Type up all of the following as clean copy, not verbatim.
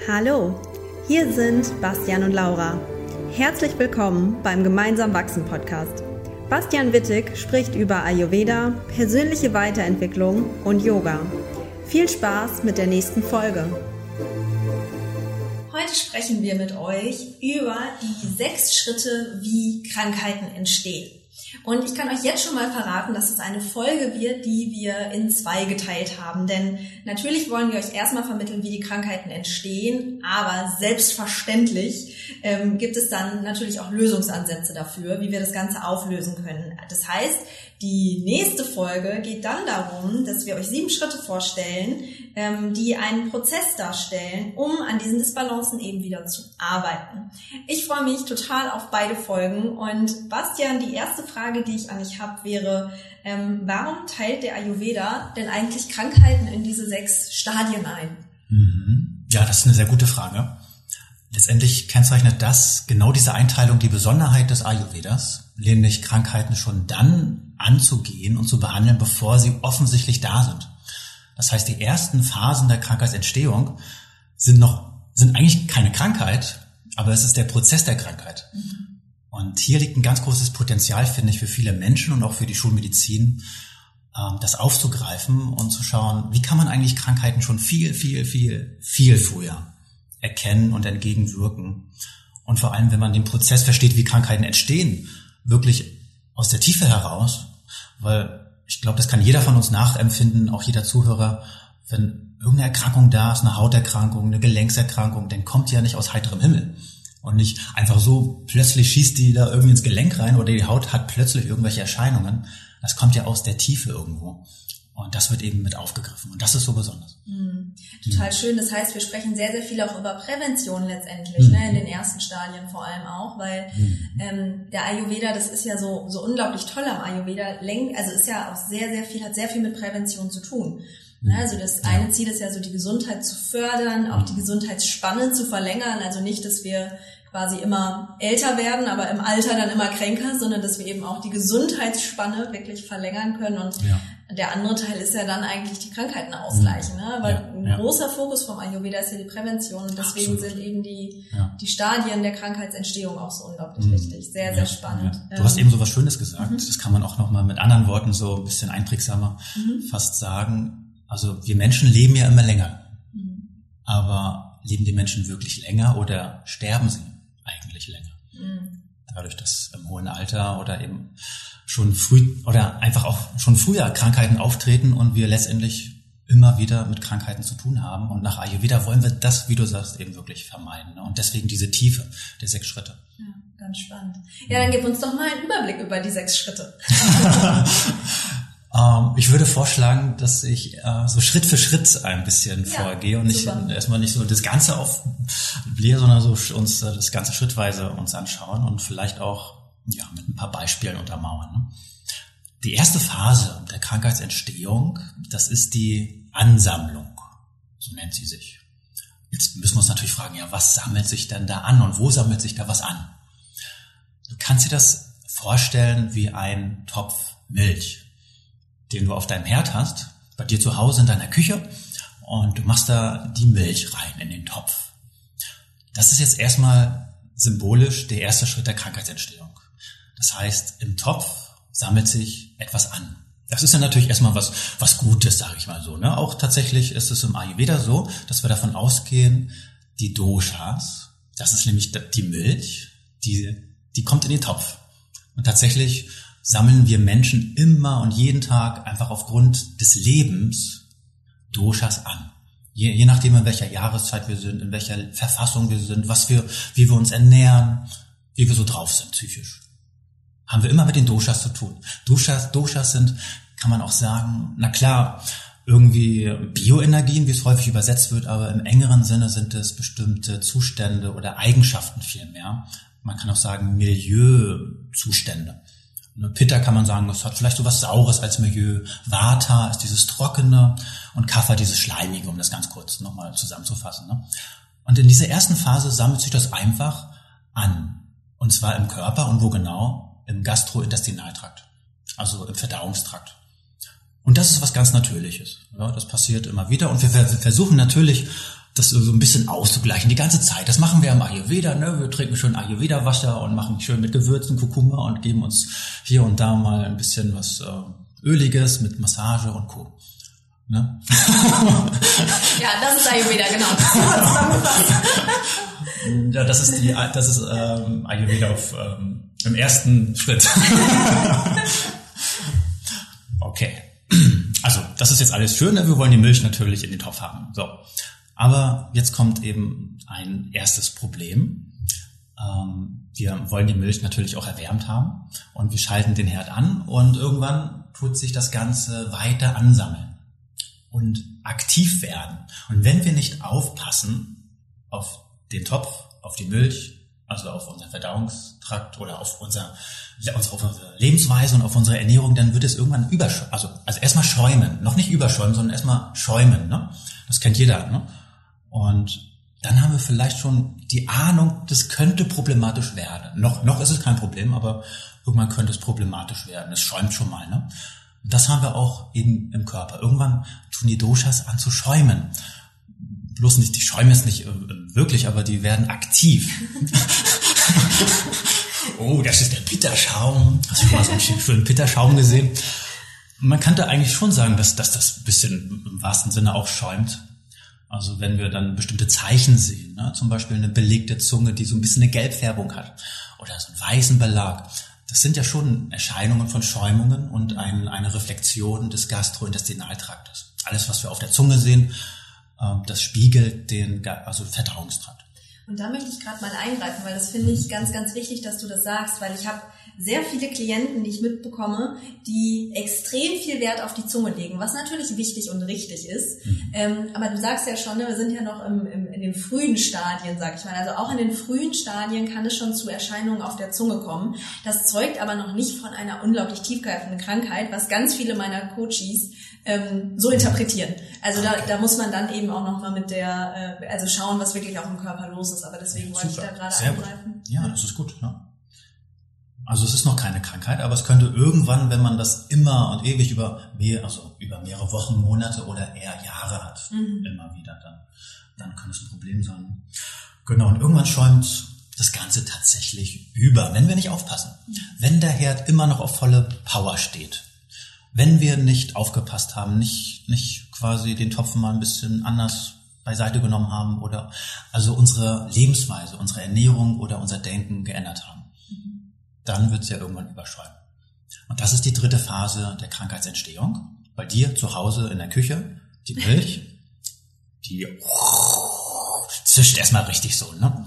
Hallo, hier sind Bastian und Laura. Herzlich willkommen beim Gemeinsam wachsen Podcast. Bastian Wittig spricht über Ayurveda, persönliche Weiterentwicklung und Yoga. Viel Spaß mit der nächsten Folge. Heute sprechen wir mit euch über die 6 Schritte, wie Krankheiten entstehen. Und ich kann euch jetzt schon mal verraten, dass es eine Folge wird, die wir in 2 geteilt haben. Denn natürlich wollen wir euch erstmal vermitteln, wie die Krankheiten entstehen, aber selbstverständlich gibt es dann natürlich auch Lösungsansätze dafür, wie wir das Ganze auflösen können. Das heißt, die nächste Folge geht dann darum, dass wir euch 7 Schritte vorstellen, die einen Prozess darstellen, um an diesen Disbalancen eben wieder zu arbeiten. Ich freue mich total auf beide Folgen und Bastian, die erste Frage, die ich an dich habe, wäre, warum teilt der Ayurveda denn eigentlich Krankheiten in diese 6 Stadien ein? Ja, das ist eine sehr gute Frage. Letztendlich kennzeichnet das genau diese Einteilung die Besonderheit des Ayurvedas, nämlich Krankheiten schon dann anzugehen und zu behandeln, bevor sie offensichtlich da sind. Das heißt, die ersten Phasen der Krankheitsentstehung sind eigentlich keine Krankheit, aber es ist der Prozess der Krankheit. Und hier liegt ein ganz großes Potenzial, finde ich, für viele Menschen und auch für die Schulmedizin, das aufzugreifen und zu schauen, wie kann man eigentlich Krankheiten schon viel früher erkennen und entgegenwirken. Und vor allem, wenn man den Prozess versteht, wie Krankheiten entstehen, wirklich aus der Tiefe heraus, weil ich glaube, das kann jeder von uns nachempfinden, auch jeder Zuhörer, wenn irgendeine Erkrankung da ist, eine Hauterkrankung, eine Gelenkserkrankung, dann kommt die ja nicht aus heiterem Himmel. Und nicht einfach so, plötzlich schießt die da irgendwie ins Gelenk rein oder die Haut hat plötzlich irgendwelche Erscheinungen. Das kommt ja aus der Tiefe irgendwo. Und das wird eben mit aufgegriffen. Und das ist so besonders. Total schön. Das heißt, wir sprechen sehr, sehr viel auch über Prävention letztendlich, in den ersten Stadien vor allem auch, weil der Ayurveda, das ist ja so unglaublich toll am Ayurveda, ist ja auch hat sehr viel mit Prävention zu tun. Also das eine Ziel ist ja so, die Gesundheit zu fördern, auch die Gesundheitsspanne zu verlängern. Also nicht, dass wir quasi immer älter werden, aber im Alter dann immer kränker, sondern dass wir eben auch die Gesundheitsspanne wirklich verlängern können. Und der andere Teil ist ja dann eigentlich die Krankheiten ausgleichen. Weil ein großer Fokus vom Ayurveda ist ja die Prävention. Und deswegen sind eben die Stadien der Krankheitsentstehung auch so unglaublich wichtig. Sehr, sehr spannend. Ja. Du hast eben so was Schönes gesagt. Das kann man auch nochmal mit anderen Worten so ein bisschen einprägsamer fast sagen. Also wir Menschen leben ja immer länger. Aber leben die Menschen wirklich länger oder sterben sie eigentlich länger? Dadurch, dass im hohen Alter oder eben schon früh oder einfach auch schon früher Krankheiten auftreten und wir letztendlich immer wieder mit Krankheiten zu tun haben. Und nach Ayurveda wollen wir das, wie du sagst, eben wirklich vermeiden. Und deswegen diese Tiefe der 6 Schritte. Ja, ganz spannend. Ja, dann gib uns doch mal einen Überblick über die 6 Schritte. Ich würde vorschlagen, dass ich so Schritt für Schritt ein bisschen vorgehe und nicht erstmal nicht so das Ganze aufblähe, sondern so uns das Ganze schrittweise uns anschauen und vielleicht auch mit ein paar Beispielen untermauern. Ne? Die erste Phase der Krankheitsentstehung, das ist die Ansammlung, so nennt sie sich. Jetzt müssen wir uns natürlich fragen, was sammelt sich denn da an und wo sammelt sich da was an? Du kannst dir das vorstellen wie ein Topf Milch, den du auf deinem Herd hast, bei dir zu Hause in deiner Küche, und du machst da die Milch rein in den Topf. Das ist jetzt erstmal symbolisch der erste Schritt der Krankheitsentstehung. Das heißt, im Topf sammelt sich etwas an. Das ist ja natürlich erstmal was Gutes, sage ich mal so. Ne? Auch tatsächlich ist es im Ayurveda so, dass wir davon ausgehen, die Doshas, das ist nämlich die Milch, die kommt in den Topf. Und tatsächlich sammeln wir Menschen immer und jeden Tag einfach aufgrund des Lebens Doshas an. Je nachdem, in welcher Jahreszeit wir sind, in welcher Verfassung wir sind, wie wir uns ernähren, wie wir so drauf sind psychisch, haben wir immer mit den Doshas zu tun. Doshas sind, kann man auch sagen, na klar, irgendwie Bioenergien, wie es häufig übersetzt wird, aber im engeren Sinne sind es bestimmte Zustände oder Eigenschaften vielmehr. Man kann auch sagen Milieuzustände. Pitta kann man sagen, es hat vielleicht so was Saures als Milieu. Vata ist dieses Trockene und Kapha dieses Schleimige, um das ganz kurz nochmal zusammenzufassen. Ne? Und in dieser ersten Phase sammelt sich das einfach an. Und zwar im Körper und wo genau? Im Gastrointestinaltrakt, also im Verdauungstrakt. Und das ist was ganz Natürliches. Ja, das passiert immer wieder. Und wir versuchen natürlich das so ein bisschen auszugleichen, die ganze Zeit. Das machen wir im Ayurveda, ne? Wir trinken schön Ayurveda-Wasser und machen schön mit Gewürzen, Kurkuma und geben uns hier und da mal ein bisschen was Öliges mit Massage und Co. Ne? Ja, das ist Ayurveda, genau. Ja, das ist Ayurveda im ersten Schritt. Okay. Also, das ist jetzt alles schön, ne? Wir wollen die Milch natürlich in den Topf haben. So. Aber jetzt kommt eben ein erstes Problem. Wir wollen die Milch natürlich auch erwärmt haben und wir schalten den Herd an und irgendwann tut sich das Ganze weiter ansammeln und aktiv werden. Und wenn wir nicht aufpassen auf den Topf, auf die Milch, also auf unseren Verdauungstrakt oder auf unsere Lebensweise und auf unsere Ernährung, dann wird es irgendwann also erstmal schäumen, noch nicht überschäumen, sondern erstmal schäumen, ne? Das kennt jeder, ne? Und dann haben wir vielleicht schon die Ahnung, das könnte problematisch werden. Noch ist es kein Problem, aber irgendwann könnte es problematisch werden. Es schäumt schon mal, ne? Und das haben wir auch eben im Körper. Irgendwann tun die Doshas an zu schäumen. Bloß nicht, die schäumen jetzt nicht wirklich, aber die werden aktiv. Oh, das ist der Pitterschaum. Hast du schon mal so einen schönen Pitterschaum gesehen? Man könnte eigentlich schon sagen, dass das ein bisschen im wahrsten Sinne auch schäumt. Also wenn wir dann bestimmte Zeichen sehen, ne? Zum Beispiel eine belegte Zunge, die so ein bisschen eine Gelbfärbung hat oder so einen weißen Belag. Das sind ja schon Erscheinungen von Schäumungen und eine Reflexion des Gastrointestinaltraktes. Alles, was wir auf der Zunge sehen, das spiegelt den Verdauungstrakt. Und da möchte ich gerade mal eingreifen, weil das finde ich ganz, ganz wichtig, dass du das sagst, weil ich habe sehr viele Klienten, die ich mitbekomme, die extrem viel Wert auf die Zunge legen, was natürlich wichtig und richtig ist. Aber du sagst ja schon, wir sind ja noch in den frühen Stadien, sag ich mal. Also auch in den frühen Stadien kann es schon zu Erscheinungen auf der Zunge kommen. Das zeugt aber noch nicht von einer unglaublich tiefgreifenden Krankheit, was ganz viele meiner Coaches so interpretieren. Also da muss man dann eben auch nochmal mit also schauen, was wirklich auch im Körper los ist. Aber deswegen wollte ich da gerade eingreifen. Ja, das ist gut, ne? Also es ist noch keine Krankheit, aber es könnte irgendwann, wenn man das immer und ewig über mehrere Wochen, Monate oder eher Jahre hat, immer wieder, dann könnte es ein Problem sein. Genau, und irgendwann schäumt das Ganze tatsächlich über, wenn wir nicht aufpassen. Wenn der Herd immer noch auf volle Power steht. Wenn wir nicht aufgepasst haben, nicht quasi den Topf mal ein bisschen anders beiseite genommen haben oder also unsere Lebensweise, unsere Ernährung oder unser Denken geändert haben, dann wird es ja irgendwann überschäumen. Und das ist die dritte Phase der Krankheitsentstehung. Bei dir zu Hause in der Küche, die Milch, die zischt erstmal richtig so, ne?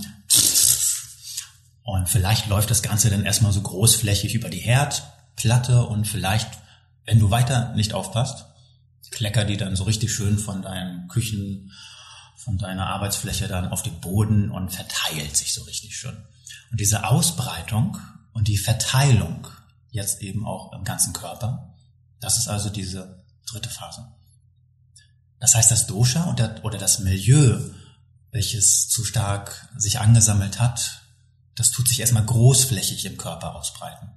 Und vielleicht läuft das Ganze dann erstmal so großflächig über die Herdplatte und vielleicht, wenn du weiter nicht aufpasst, kleckert die dann so richtig schön von deinem von deiner Arbeitsfläche dann auf den Boden und verteilt sich so richtig schön. Und diese Ausbreitung und die Verteilung jetzt eben auch im ganzen Körper, das ist also diese dritte Phase. Das heißt, das Dosha oder das Milieu, welches zu stark sich angesammelt hat, das tut sich erstmal großflächig im Körper ausbreiten.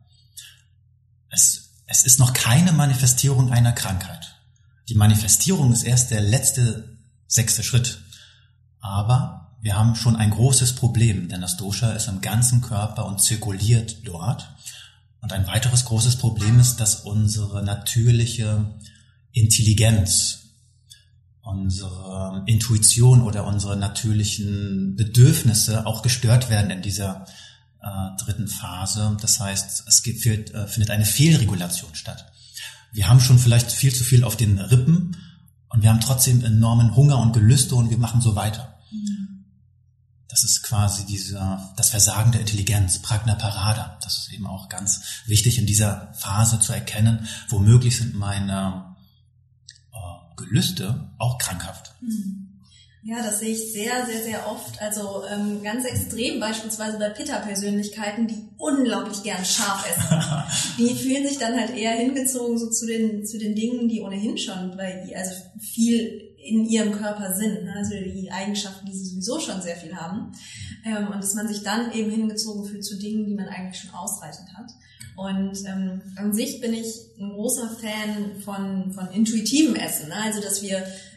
Es ist noch keine Manifestierung einer Krankheit. Die Manifestierung ist erst der letzte, 6. Schritt. Aber wir haben schon ein großes Problem, denn das Dosha ist im ganzen Körper und zirkuliert dort. Und ein weiteres großes Problem ist, dass unsere natürliche Intelligenz, unsere Intuition oder unsere natürlichen Bedürfnisse auch gestört werden in dieser dritten Phase. Das heißt, findet eine Fehlregulation statt. Wir haben schon vielleicht viel zu viel auf den Rippen und wir haben trotzdem enormen Hunger und Gelüste und wir machen so weiter. Das ist quasi das Versagen der Intelligenz, Prajna Parada. Das ist eben auch ganz wichtig in dieser Phase zu erkennen. Womöglich sind meine Gelüste auch krankhaft. Ja, das sehe ich sehr, sehr, sehr oft. Also ganz extrem beispielsweise bei Pitta-Persönlichkeiten, die unglaublich gern scharf essen. Die fühlen sich dann halt eher hingezogen so zu den Dingen, die ohnehin schon viel in ihrem Körper sind. Also die Eigenschaften, die sie sowieso schon sehr viel haben. Und dass man sich dann eben hingezogen fühlt zu Dingen, die man eigentlich schon ausreichend hat. Und an sich bin ich ein großer Fan von intuitivem Essen. Ne? Also dass wir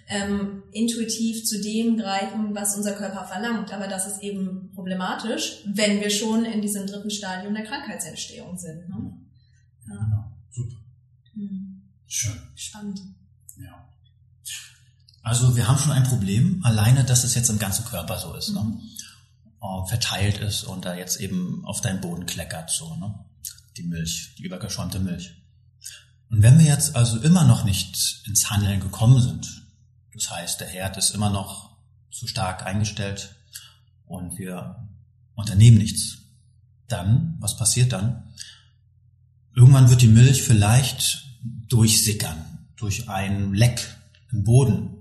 intuitiv zu dem greifen, was unser Körper verlangt. Aber das ist eben problematisch, wenn wir schon in diesem 3. Stadium der Krankheitsentstehung sind. Ne? Ja. Genau. Super. Schön. Spannend. Ja. Also wir haben schon ein Problem, alleine, dass es jetzt im ganzen Körper so ist, ne? Verteilt ist und da jetzt eben auf deinem Boden kleckert, so, ne? Die Milch, die übergeschäumte Milch. Und wenn wir jetzt also immer noch nicht ins Handeln gekommen sind, das heißt, der Herd ist immer noch zu stark eingestellt und wir unternehmen nichts, dann, was passiert dann? Irgendwann wird die Milch vielleicht durchsickern, durch ein Leck im Boden.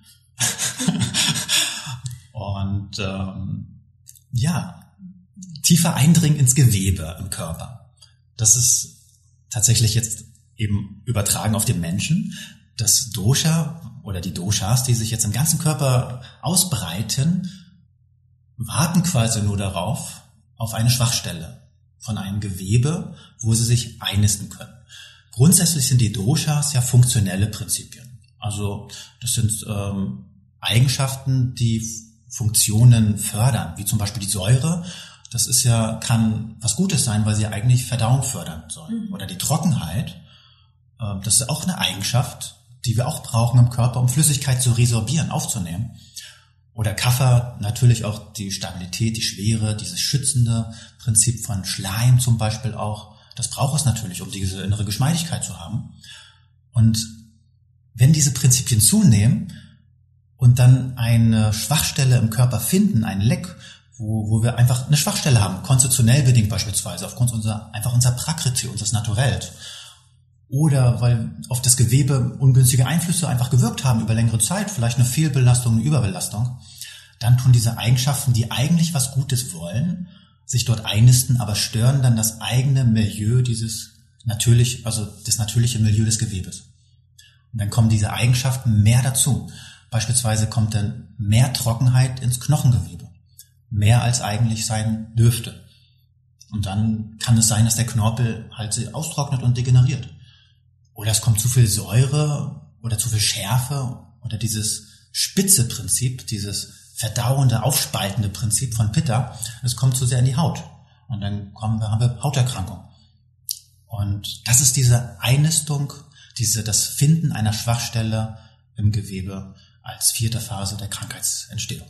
Und tiefer eindringen ins Gewebe im Körper. Das ist tatsächlich jetzt eben übertragen auf den Menschen. Das Dosha oder die Doshas, die sich jetzt im ganzen Körper ausbreiten, warten quasi nur darauf, auf eine Schwachstelle von einem Gewebe, wo sie sich einnisten können. Grundsätzlich sind die Doshas ja funktionelle Prinzipien. Also das sind Eigenschaften, die Funktionen fördern, wie zum Beispiel die Säure. Das ist ja, kann was Gutes sein, weil sie ja eigentlich Verdauung fördern soll. Oder die Trockenheit, das ist auch eine Eigenschaft, die wir auch brauchen im Körper, um Flüssigkeit zu resorbieren, aufzunehmen. Oder Kapha, natürlich auch die Stabilität, die Schwere, dieses schützende Prinzip von Schleim zum Beispiel auch. Das braucht es natürlich, um diese innere Geschmeidigkeit zu haben. Und wenn diese Prinzipien zunehmen und dann eine Schwachstelle im Körper finden, ein Leck, wo wir einfach eine Schwachstelle haben, konstitutionell bedingt beispielsweise, aufgrund unserer Prakriti, unseres Naturells, oder weil auf das Gewebe ungünstige Einflüsse einfach gewirkt haben über längere Zeit, vielleicht eine Fehlbelastung, eine Überbelastung, dann tun diese Eigenschaften, die eigentlich was Gutes wollen, sich dort einnisten, aber stören dann das eigene Milieu, das natürliche Milieu des Gewebes. Und dann kommen diese Eigenschaften mehr dazu. Beispielsweise kommt dann mehr Trockenheit ins Knochengewebe. Mehr als eigentlich sein dürfte. Und dann kann es sein, dass der Knorpel halt austrocknet und degeneriert. Oder es kommt zu viel Säure oder zu viel Schärfe oder dieses spitze Prinzip, dieses verdauende, aufspaltende Prinzip von Pitta, es kommt zu sehr in die Haut. Und dann haben wir Hauterkrankung. Und das ist diese Einnistung, das Finden einer Schwachstelle im Gewebe als 4. Phase der Krankheitsentstehung.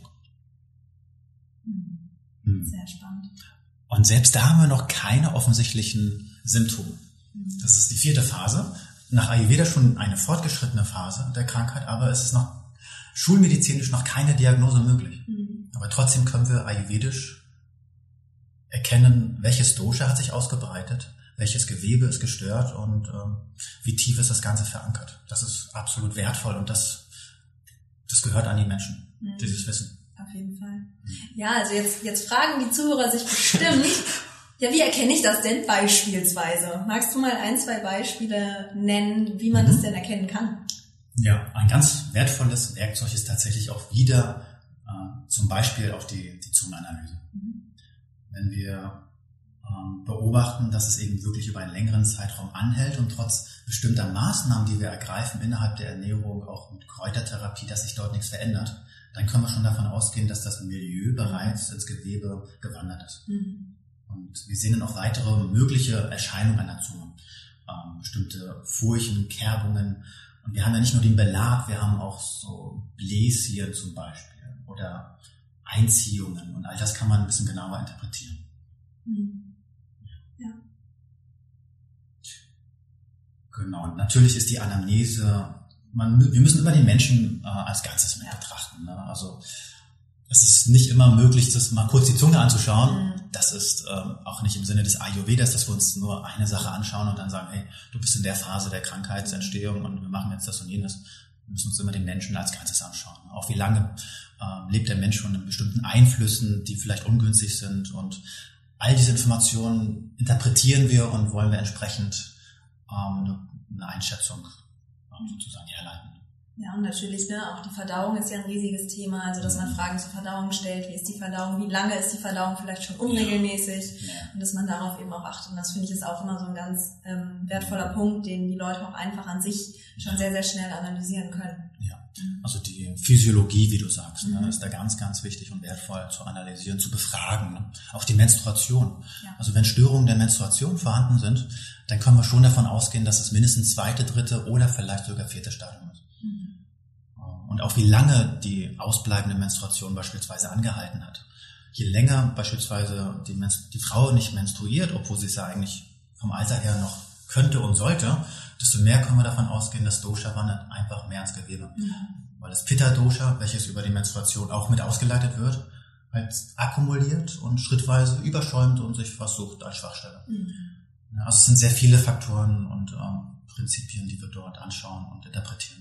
Sehr spannend. Und selbst da haben wir noch keine offensichtlichen Symptome. Das ist die 4. Phase. Nach Ayurveda schon eine fortgeschrittene Phase der Krankheit, aber es ist noch schulmedizinisch noch keine Diagnose möglich. Aber trotzdem können wir ayurvedisch erkennen, welches Dosha hat sich ausgebreitet, welches Gewebe ist gestört und wie tief ist das Ganze verankert. Das ist absolut wertvoll und das gehört an die Menschen, dieses Wissen. Auf jeden Fall. Ja, also jetzt fragen die Zuhörer sich bestimmt, ja, wie erkenne ich das denn beispielsweise? Magst du mal 1, 2 Beispiele nennen, wie man das denn erkennen kann? Ja, ein ganz wertvolles Werkzeug ist tatsächlich auch wieder zum Beispiel auch die Zungenanalyse. Wenn wir beobachten, dass es eben wirklich über einen längeren Zeitraum anhält und trotz bestimmter Maßnahmen, die wir ergreifen innerhalb der Ernährung, auch mit Kräutertherapie, dass sich dort nichts verändert, dann können wir schon davon ausgehen, dass das Milieu bereits ins Gewebe gewandert ist. Und wir sehen dann auch weitere mögliche Erscheinungen an der Zunge. Bestimmte Furchen, Kerbungen. Und wir haben ja nicht nur den Belag, wir haben auch so Bläschen zum Beispiel oder Einziehungen. Und all das kann man ein bisschen genauer interpretieren. Ja. Genau. Und natürlich ist die Anamnese, wir müssen immer den Menschen als Ganzes mit betrachten. Ne? Also es ist nicht immer möglich, das mal kurz die Zunge anzuschauen. Das ist auch nicht im Sinne des Ayurvedas, dass wir uns nur eine Sache anschauen und dann sagen, hey, du bist in der Phase der Krankheitsentstehung und wir machen jetzt das und jenes. Wir müssen uns immer den Menschen als Ganzes anschauen. Auch wie lange lebt der Mensch schon in bestimmten Einflüssen, die vielleicht ungünstig sind. Und all diese Informationen interpretieren wir und wollen wir entsprechend eine Einschätzung sozusagen herleiten. Ja, und natürlich, auch die Verdauung ist ja ein riesiges Thema, also dass man Fragen zur Verdauung stellt, wie ist die Verdauung, wie lange ist die Verdauung vielleicht schon unregelmäßig und dass man darauf eben auch achtet. Und das finde ich ist auch immer so ein ganz wertvoller Punkt, den die Leute auch einfach an sich schon sehr, sehr schnell analysieren können. Ja, Also die Physiologie, wie du sagst, ist da ganz, ganz wichtig und wertvoll zu analysieren, zu befragen. Ne? Auch die Menstruation. Ja. Also wenn Störungen der Menstruation vorhanden sind, dann können wir schon davon ausgehen, dass es mindestens 2., 3. oder vielleicht sogar 4. Stadium ist. Und auch wie lange die ausbleibende Menstruation beispielsweise angehalten hat. Je länger beispielsweise die Frau nicht menstruiert, obwohl sie es ja eigentlich vom Alter her noch könnte und sollte, desto mehr können wir davon ausgehen, dass Dosha wandert einfach mehr ins Gewebe. Weil das Pitta-Dosha, welches über die Menstruation auch mit ausgeleitet wird, halt akkumuliert und schrittweise überschäumt und sich versucht als Schwachstelle. Ja, also es sind sehr viele Faktoren und Prinzipien, die wir dort anschauen und interpretieren.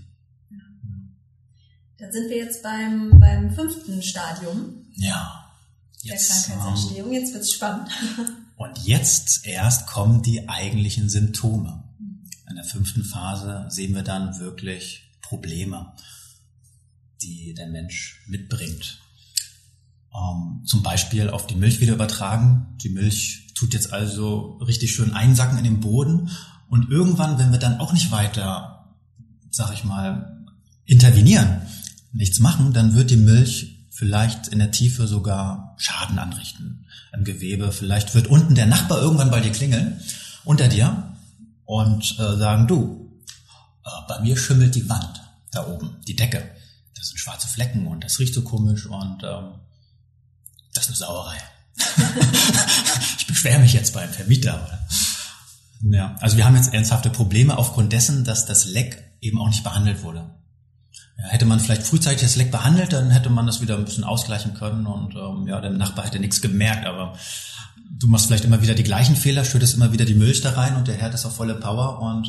Dann sind wir jetzt beim 5. Stadium der Krankheitsentstehung. Jetzt wird's spannend. Und jetzt erst kommen die eigentlichen Symptome. In der 5. Phase sehen wir dann wirklich Probleme, die der Mensch mitbringt. Zum Beispiel auf die Milch wieder übertragen. Die Milch tut jetzt also richtig schön einsacken in den Boden. Und irgendwann, wenn wir dann auch nicht weiter, sag ich mal, intervenieren, nichts machen, dann wird die Milch vielleicht in der Tiefe sogar Schaden anrichten im Gewebe. Vielleicht wird unten der Nachbar irgendwann bei dir klingeln, unter dir, und sagen, du, bei mir schimmelt die Wand da oben, die Decke. Das sind schwarze Flecken und das riecht so komisch und das ist eine Sauerei. Ich beschwere mich jetzt beim Vermieter. Ja, also wir haben jetzt ernsthafte Probleme aufgrund dessen, dass das Leck eben auch nicht behandelt wurde. Ja, hätte man vielleicht frühzeitig das Leck behandelt, dann hätte man das wieder ein bisschen ausgleichen können und der Nachbar hätte nichts gemerkt, aber du machst vielleicht immer wieder die gleichen Fehler, schüttest immer wieder die Milch da rein und der Herd ist auf volle Power und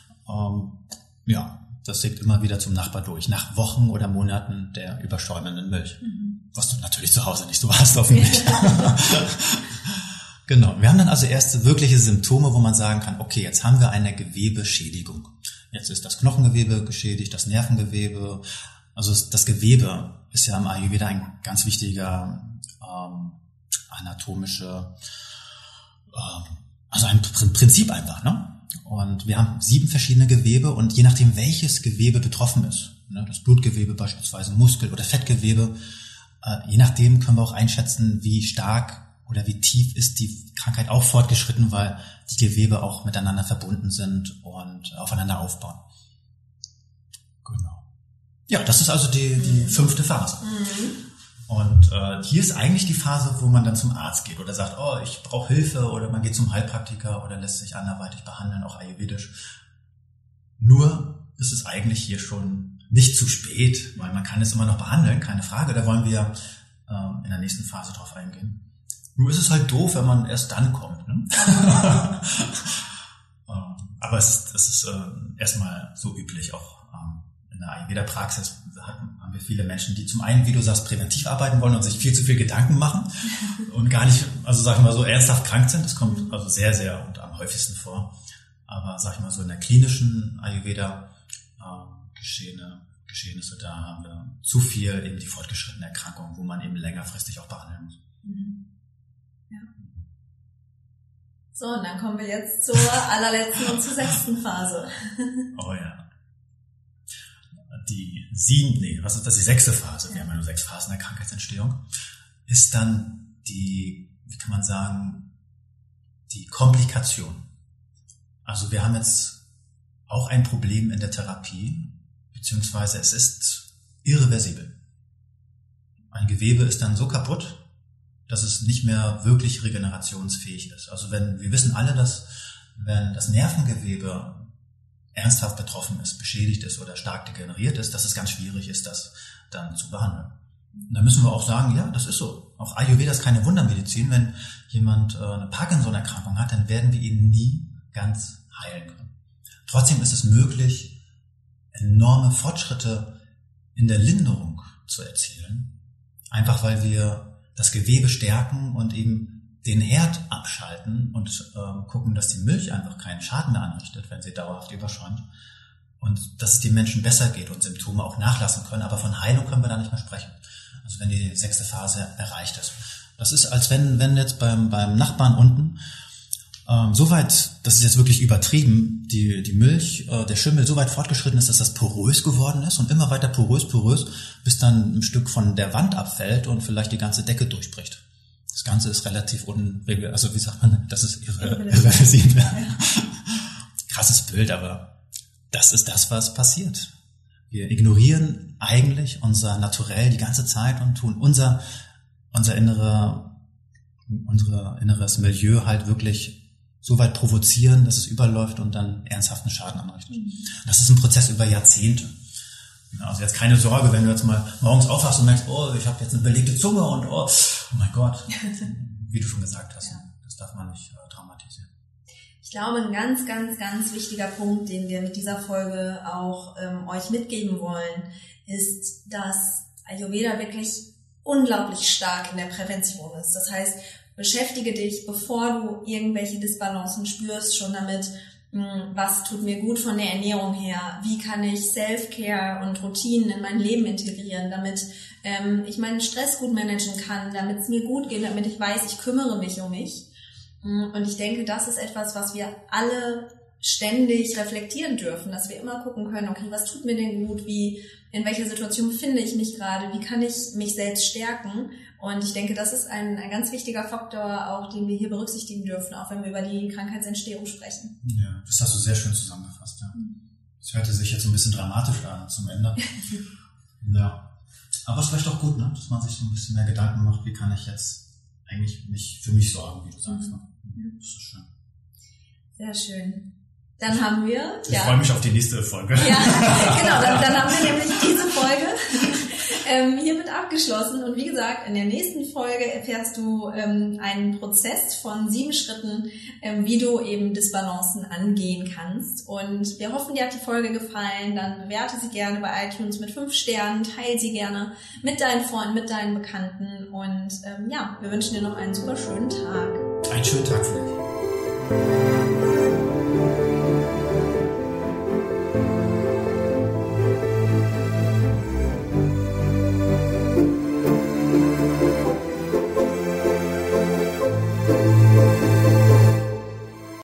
das sickert immer wieder zum Nachbar durch, nach Wochen oder Monaten der überschäumenden Milch. Was du natürlich zu Hause nicht so hast, hoffentlich. Genau, wir haben dann also erste wirkliche Symptome, wo man sagen kann, okay, jetzt haben wir eine Gewebeschädigung. Jetzt ist das Knochengewebe geschädigt, das Nervengewebe. Also das Gewebe ist ja im Ayurveda ein ganz wichtiger also ein Prinzip einfach, ne? Und wir haben 7 verschiedene Gewebe und je nachdem, welches Gewebe betroffen ist, ne, das Blutgewebe beispielsweise, Muskel- oder Fettgewebe, je nachdem können wir auch einschätzen, wie stark oder wie tief ist die Krankheit auch fortgeschritten, weil die Gewebe auch miteinander verbunden sind und aufeinander aufbauen. Genau. Ja, das ist also die 5. Phase. Und hier ist eigentlich die Phase, wo man dann zum Arzt geht oder sagt, oh, ich brauche Hilfe, oder man geht zum Heilpraktiker oder lässt sich anderweitig behandeln, auch ayurvedisch. Nur ist es eigentlich hier schon nicht zu spät, weil man kann es immer noch behandeln, keine Frage. Da wollen wir in der nächsten Phase drauf eingehen. Nur ist es halt doof, wenn man erst dann kommt. Ne? Aber es ist erstmal so üblich, auch in der Ayurveda-Praxis haben wir viele Menschen, die zum einen, wie du sagst, präventiv arbeiten wollen und sich viel zu viel Gedanken machen und gar nicht, also sag ich mal so, ernsthaft krank sind. Das kommt also sehr, sehr und am häufigsten vor. Aber sag ich mal so, in der klinischen Ayurveda Geschehnisse, da haben wir zu viel eben die fortgeschrittene Erkrankung, wo man eben längerfristig auch behandeln muss. Ja. So, und dann kommen wir jetzt zur allerletzten und zur 6. Phase. Oh ja. Die 6. Phase, wir haben ja nur 6 Phasen der Krankheitsentstehung, ist dann die Komplikation. Also wir haben jetzt auch ein Problem in der Therapie, beziehungsweise es ist irreversibel. Ein Gewebe ist dann so kaputt, dass es nicht mehr wirklich regenerationsfähig ist. Also wir wissen alle, dass wenn das Nervengewebe ernsthaft betroffen ist, beschädigt ist oder stark degeneriert ist, dass es ganz schwierig ist, das dann zu behandeln. Und da müssen wir auch sagen, ja, das ist so. Auch Ayurveda ist keine Wundermedizin. Wenn jemand eine Parkinson-Erkrankung hat, dann werden wir ihn nie ganz heilen können. Trotzdem ist es möglich, enorme Fortschritte in der Linderung zu erzielen. Einfach weil wir das Gewebe stärken und eben den Herd abschalten und gucken, dass die Milch einfach keinen Schaden mehr anrichtet, wenn sie dauerhaft überschäumt. Und dass es den Menschen besser geht und Symptome auch nachlassen können. Aber von Heilung können wir da nicht mehr sprechen. Also wenn die 6. Phase erreicht ist. Das ist, als wenn jetzt beim Nachbarn unten so weit, das ist jetzt wirklich übertrieben, die Milch, der Schimmel so weit fortgeschritten ist, dass das porös geworden ist und immer weiter porös, bis dann ein Stück von der Wand abfällt und vielleicht die ganze Decke durchbricht. Das Ganze ist relativ also wie sagt man, das ist irreversibel. Ja. Krasses Bild, aber das ist das, was passiert. Wir ignorieren eigentlich unser Naturell die ganze Zeit und tun unser inneres Milieu halt wirklich so weit provozieren, dass es überläuft und dann ernsthaften Schaden anrichtet. Das ist ein Prozess über Jahrzehnte. Also jetzt keine Sorge, wenn du jetzt mal morgens aufwachst und merkst, oh, ich habe jetzt eine belegte Zunge und oh mein Gott, wie du schon gesagt hast, das darf man nicht traumatisieren. Ich glaube, ein ganz, ganz, ganz wichtiger Punkt, den wir mit dieser Folge auch euch mitgeben wollen, ist, dass Ayurveda wirklich unglaublich stark in der Prävention ist. Das heißt, beschäftige dich, bevor du irgendwelche Disbalancen spürst, schon damit, was tut mir gut von der Ernährung her, wie kann ich Self-Care und Routinen in mein Leben integrieren, damit ich meinen Stress gut managen kann, damit es mir gut geht, damit ich weiß, ich kümmere mich um mich. Und ich denke, das ist etwas, was wir alle ständig reflektieren dürfen, dass wir immer gucken können, okay, was tut mir denn gut, in welcher Situation finde ich mich gerade, wie kann ich mich selbst stärken? Und ich denke, das ist ein ganz wichtiger Faktor auch, den wir hier berücksichtigen dürfen, auch wenn wir über die Krankheitsentstehung sprechen. Ja, das hast du sehr schön zusammengefasst, ja. Das hörte sich jetzt so ein bisschen dramatisch an zum Ende. Ja. Aber es ist vielleicht auch gut, ne? Dass man sich so ein bisschen mehr Gedanken macht, wie kann ich jetzt eigentlich mich für mich sorgen, wie du sagst. Ne? Das ist schön. Sehr schön. Dann haben wir... Ich freue mich auf die nächste Folge. Ja, genau. Dann haben wir nämlich diese Folge hiermit abgeschlossen. Und wie gesagt, in der nächsten Folge erfährst du einen Prozess von 7 Schritten, wie du eben Disbalancen angehen kannst. Und wir hoffen, dir hat die Folge gefallen. Dann bewerte sie gerne bei iTunes mit 5 Sternen. Teile sie gerne mit deinen Freunden, mit deinen Bekannten. Und wir wünschen dir noch einen super schönen Tag. Einen schönen Tag für dich.